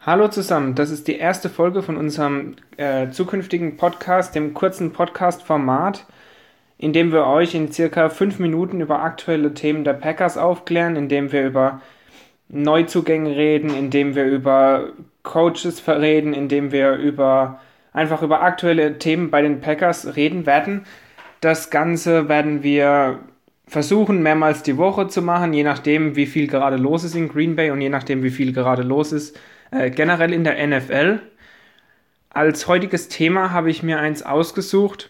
Hallo zusammen, das ist die erste Folge von unserem zukünftigen Podcast, dem kurzen Podcast-Format, in dem wir euch in circa 5 Minuten über aktuelle Themen der Packers aufklären, in dem wir über Neuzugänge reden, in dem wir über Coaches reden, in dem wir einfach über aktuelle Themen bei den Packers reden werden. Das Ganze werden wir versuchen, mehrmals die Woche zu machen, je nachdem, wie viel gerade los ist in Green Bay und je nachdem, wie viel gerade los ist generell in der NFL. Als heutiges Thema habe ich mir eins ausgesucht,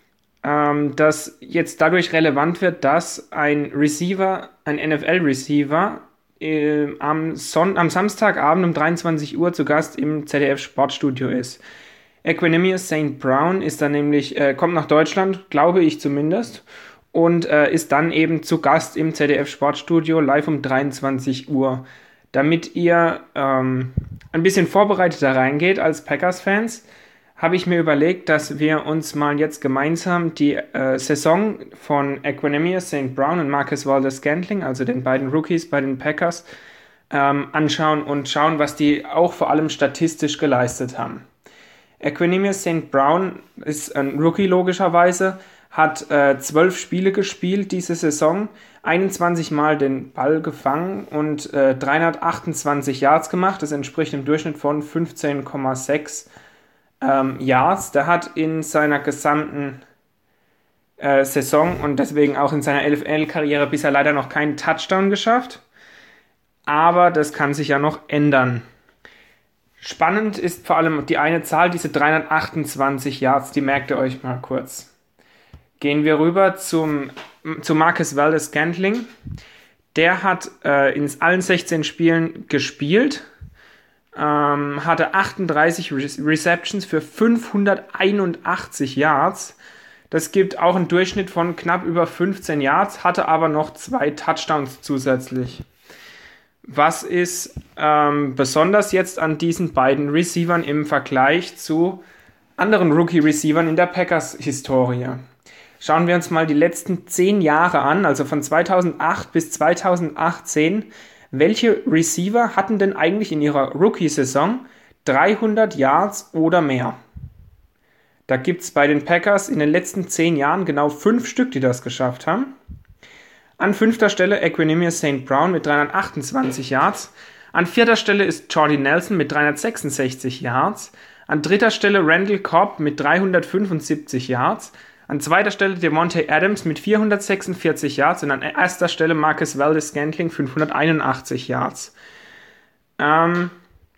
das jetzt dadurch relevant wird, dass ein Receiver, ein NFL-Receiver, am Samstagabend um 23 Uhr zu Gast im ZDF Sportstudio ist. Equanimeous St. Brown ist dann nämlich, kommt nach Deutschland, glaube ich zumindest, und ist dann eben zu Gast im ZDF Sportstudio live um 23 Uhr. Damit ihr ein bisschen vorbereiteter reingeht als Packers-Fans, habe ich mir überlegt, dass wir uns mal jetzt gemeinsam die Saison von Equanimeous St. Brown und Marquez Valdes-Scantling, also den beiden Rookies bei den Packers, anschauen und schauen, was die auch vor allem statistisch geleistet haben. Equanimeous St. Brown ist ein Rookie logischerweise, hat 12 Spiele gespielt diese Saison, 21 Mal den Ball gefangen und 328 Yards gemacht. Das entspricht im Durchschnitt von 15,6 Yards. Der hat in seiner gesamten Saison und deswegen auch in seiner NFL-Karriere bisher leider noch keinen Touchdown geschafft. Aber das kann sich ja noch ändern. Spannend ist vor allem die eine Zahl, diese 328 Yards, die merkt ihr euch mal kurz. Gehen wir rüber zu Marquez Valdes-Scantling. Der hat in allen 16 Spielen gespielt, hatte 38 Receptions für 581 Yards. Das gibt auch einen Durchschnitt von knapp über 15 Yards, hatte aber noch 2 Touchdowns zusätzlich. Was ist besonders jetzt an diesen beiden Receivern im Vergleich zu anderen Rookie-Receivern in der Packers-Historie? Schauen wir uns mal die letzten 10 Jahre an, also von 2008 bis 2018. Welche Receiver hatten denn eigentlich in ihrer Rookie-Saison 300 Yards oder mehr? Da gibt es bei den Packers in den letzten 10 Jahren genau 5 Stück, die das geschafft haben. An 5. Stelle Equanimeous St. Brown mit 328 Yards. An 4. Stelle ist Jordy Nelson mit 366 Yards. An 3. Stelle Randall Cobb mit 375 Yards. An 2. Stelle Devontae Adams mit 446 Yards und an 1. Stelle Marquez Valdes-Scantling 581 Yards. Schauen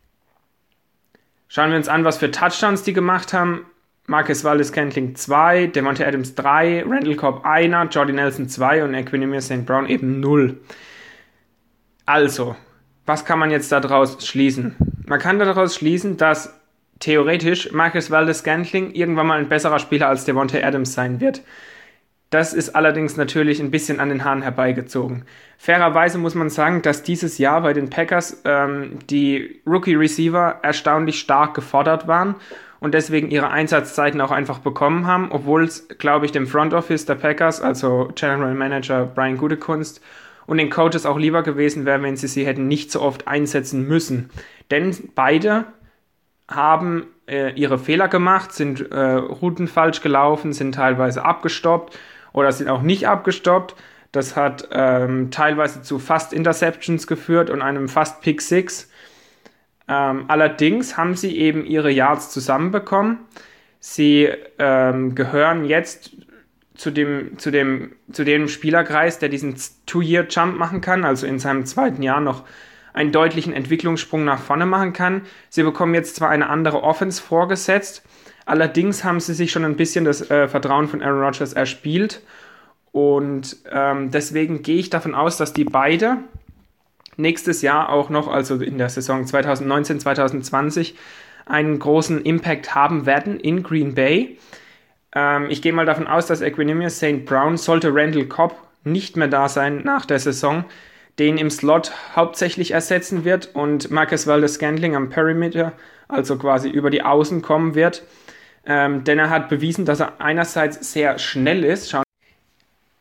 wir uns an, was für Touchdowns die gemacht haben. Marquez Valdes-Scantling 2, Devontae Adams 3, Randall Cobb 1, Jordy Nelson 2 und Equanimeous St. Brown eben 0. Also, was kann man jetzt daraus schließen? Man kann daraus schließen, dass theoretisch Marquez Valdes-Scantling irgendwann mal ein besserer Spieler als Devontae Adams sein wird. Das ist allerdings natürlich ein bisschen an den Haaren herbeigezogen. Fairerweise muss man sagen, dass dieses Jahr bei den Packers die Rookie-Receiver erstaunlich stark gefordert waren und deswegen ihre Einsatzzeiten auch einfach bekommen haben, obwohl es, glaube ich, dem Front Office der Packers, also General Manager Brian Gutekunst und den Coaches auch lieber gewesen wäre, wenn sie hätten nicht so oft einsetzen müssen. Denn beide haben ihre Fehler gemacht, sind Routen falsch gelaufen, sind teilweise abgestoppt oder sind auch nicht abgestoppt. Das hat teilweise zu fast Interceptions geführt und einem fast Pick Six. Allerdings haben sie eben ihre Yards zusammenbekommen. Sie gehören jetzt zu dem Spielerkreis, der diesen Two-Year-Jump machen kann, also in seinem 2. Jahr noch einen deutlichen Entwicklungssprung nach vorne machen kann. Sie bekommen jetzt zwar eine andere Offense vorgesetzt, allerdings haben sie sich schon ein bisschen das Vertrauen von Aaron Rodgers erspielt und deswegen gehe ich davon aus, dass die beide nächstes Jahr auch noch, also in der Saison 2019-2020, einen großen Impact haben werden in Green Bay. Ich gehe mal davon aus, dass Equanimeous St. Brown, sollte Randall Cobb nicht mehr da sein nach der Saison, den im Slot hauptsächlich ersetzen wird und Marquez Valdes-Scantling am Perimeter, also quasi über die Außen kommen wird. Denn er hat bewiesen, dass er einerseits sehr schnell ist.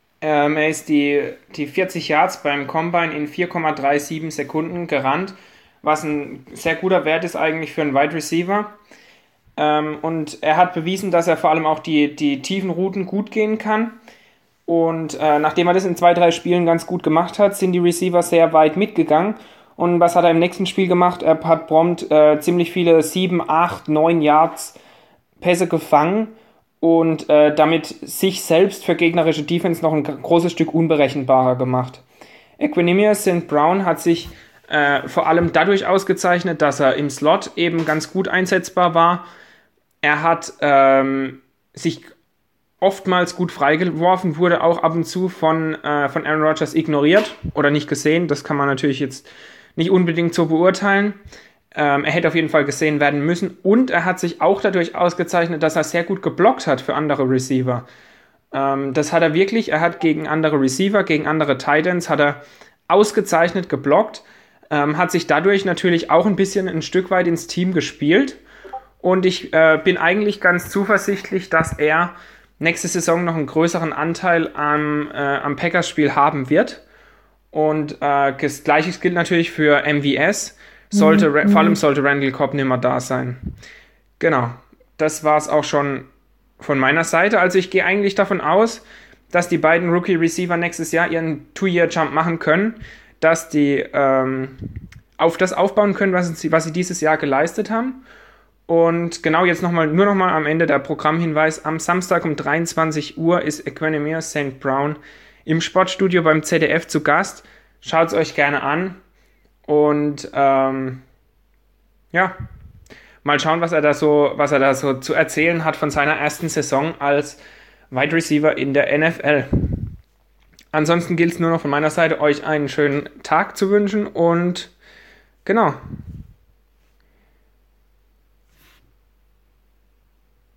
Er ist die 40 Yards beim Combine in 4,37 Sekunden gerannt was ein sehr guter Wert ist eigentlich für einen Wide Receiver. Und er hat bewiesen, dass er vor allem auch die tiefen Routen gut gehen kann. Und nachdem er das in 2-3 Spielen ganz gut gemacht hat, sind die Receiver sehr weit mitgegangen. Und was hat er im nächsten Spiel gemacht? Er hat prompt ziemlich viele 7, 8, 9 Yards Pässe gefangen und damit sich selbst für gegnerische Defense noch ein großes Stück unberechenbarer gemacht. Equanimeous St. Brown hat sich vor allem dadurch ausgezeichnet, dass er im Slot eben ganz gut einsetzbar war. Er hat sich oftmals gut freigeworfen, wurde auch ab und zu von Aaron Rodgers ignoriert oder nicht gesehen. Das kann man natürlich jetzt nicht unbedingt so beurteilen. Er hätte auf jeden Fall gesehen werden müssen. Und er hat sich auch dadurch ausgezeichnet, dass er sehr gut geblockt hat für andere Receiver. Das hat er wirklich. Er hat gegen andere Receiver, gegen andere Tight Ends, hat er ausgezeichnet geblockt. Hat sich dadurch natürlich auch ein Stück weit ins Team gespielt. Und ich bin eigentlich ganz zuversichtlich, dass er nächste Saison noch einen größeren Anteil am Packers-Spiel haben wird. Und das Gleiche gilt natürlich für MVS. Vor allem sollte Randall Cobb nicht mehr da sein. Genau, das war es auch schon von meiner Seite. Also ich gehe eigentlich davon aus, dass die beiden Rookie-Receiver nächstes Jahr ihren 2-Year-Jump machen können, dass die auf das aufbauen können, was sie dieses Jahr geleistet haben. Und genau jetzt nur noch mal am Ende der Programmhinweis. Am Samstag um 23 Uhr ist Equanimeous St. Brown im Sportstudio beim ZDF zu Gast. Schaut es euch gerne an. Und mal schauen, was er da so zu erzählen hat von seiner ersten Saison als Wide Receiver in der NFL. Ansonsten gilt es nur noch von meiner Seite, euch einen schönen Tag zu wünschen und genau.